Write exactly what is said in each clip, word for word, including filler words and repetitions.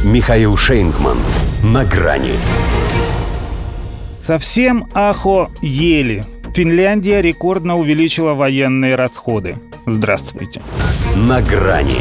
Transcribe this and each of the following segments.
Михаил Шейнгман. На грани. Совсем ахо ели. Финляндия рекордно увеличила военные расходы. Здравствуйте. На грани.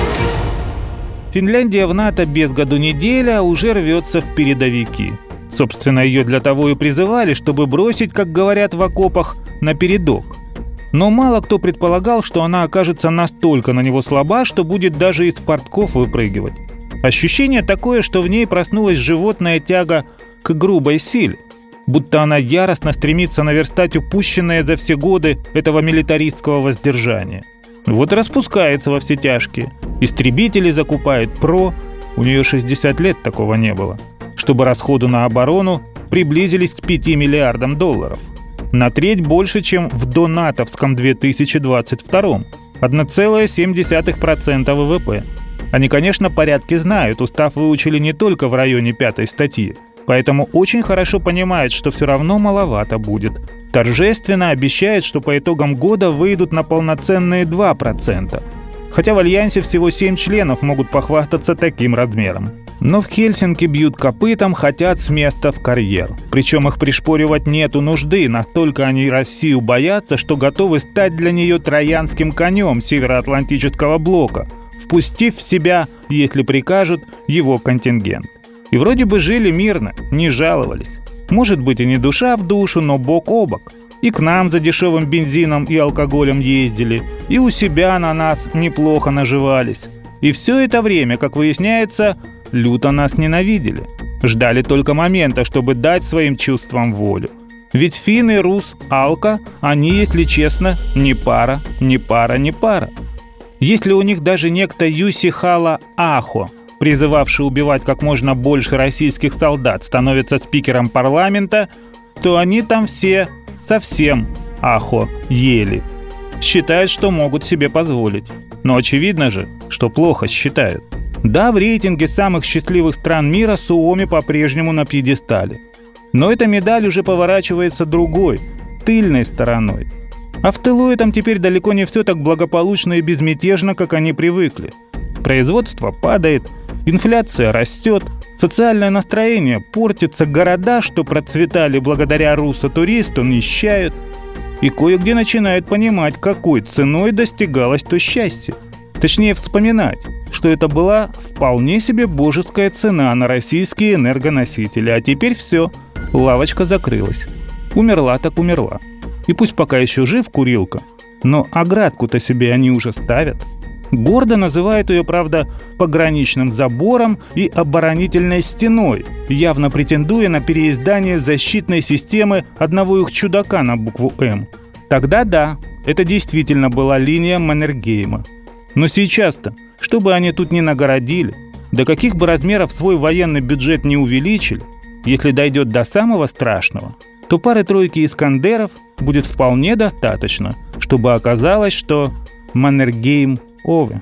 Финляндия в НАТО без году неделя, а уже рвется в передовики. Собственно, ее для того и призывали, чтобы бросить, как говорят в окопах, на передок. Но мало кто предполагал, что она окажется настолько на него слаба, что будет даже из портков выпрыгивать. Ощущение такое, что в ней проснулась животная тяга к грубой силе. Будто она яростно стремится наверстать упущенное за все годы этого милитаристского воздержания. Вот и распускается во все тяжкие. Истребители закупает ПРО, у нее шестьдесят лет такого не было, чтобы расходы на оборону приблизились к пяти миллиардам долларов. На треть больше, чем в донатовском две тысячи двадцать втором. одна целая семь десятых процента ВВП. Они, конечно, порядки знают, устав выучили не только в районе пятой статьи, поэтому очень хорошо понимают, что все равно маловато будет. Торжественно обещает, что по итогам года выйдут на полноценные два процента. Хотя в Альянсе всего семь членов могут похвастаться таким размером. Но в Хельсинки бьют копытом, хотят с места в карьер. Причем их пришпоривать нету нужды, настолько они Россию боятся, что готовы стать для нее троянским конем Североатлантического блока, впустив в себя, если прикажут, его контингент. И вроде бы жили мирно, не жаловались. Может быть и не душа в душу, но бок о бок. И к нам за дешевым бензином и алкоголем ездили, и у себя на нас неплохо наживались. И все это время, как выясняется, люто нас ненавидели. Ждали только момента, чтобы дать своим чувствам волю. Ведь финны, рус, алка, они, если честно, не пара, не пара, не пара. Если у них даже некто Юси Хала Ахо, призывавший убивать как можно больше российских солдат, становится спикером парламента, то они там все совсем ахо ели. Считают, что могут себе позволить. Но очевидно же, что плохо считают. Да, в рейтинге самых счастливых стран мира Суоми по-прежнему на пьедестале. Но эта медаль уже поворачивается другой, тыльной стороной. А в тылу этом теперь далеко не все так благополучно и безмятежно, как они привыкли. Производство падает, инфляция растет, социальное настроение портится, города, что процветали благодаря руссо-туристу, нищают. И кое-где начинают понимать, какой ценой достигалось то счастье. Точнее, вспоминать, что это была вполне себе божеская цена на российские энергоносители. А теперь все, лавочка закрылась. Умерла так умерла. И пусть пока еще жив Курилка, но оградку-то себе они уже ставят. Гордо называют ее, правда, пограничным забором и оборонительной стеной, явно претендуя на переиздание защитной системы одного их чудака на букву «М». Тогда да, это действительно была линия Маннергейма. Но сейчас-то, что бы они тут ни нагородили, до каких бы размеров свой военный бюджет не увеличили, если дойдет до самого страшного, то пары-тройки «Искандеров» будет вполне достаточно, чтобы оказалось, что Маннергейм Ове.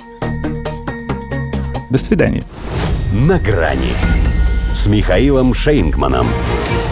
До свидания. На грани с Михаилом Шейнгманом.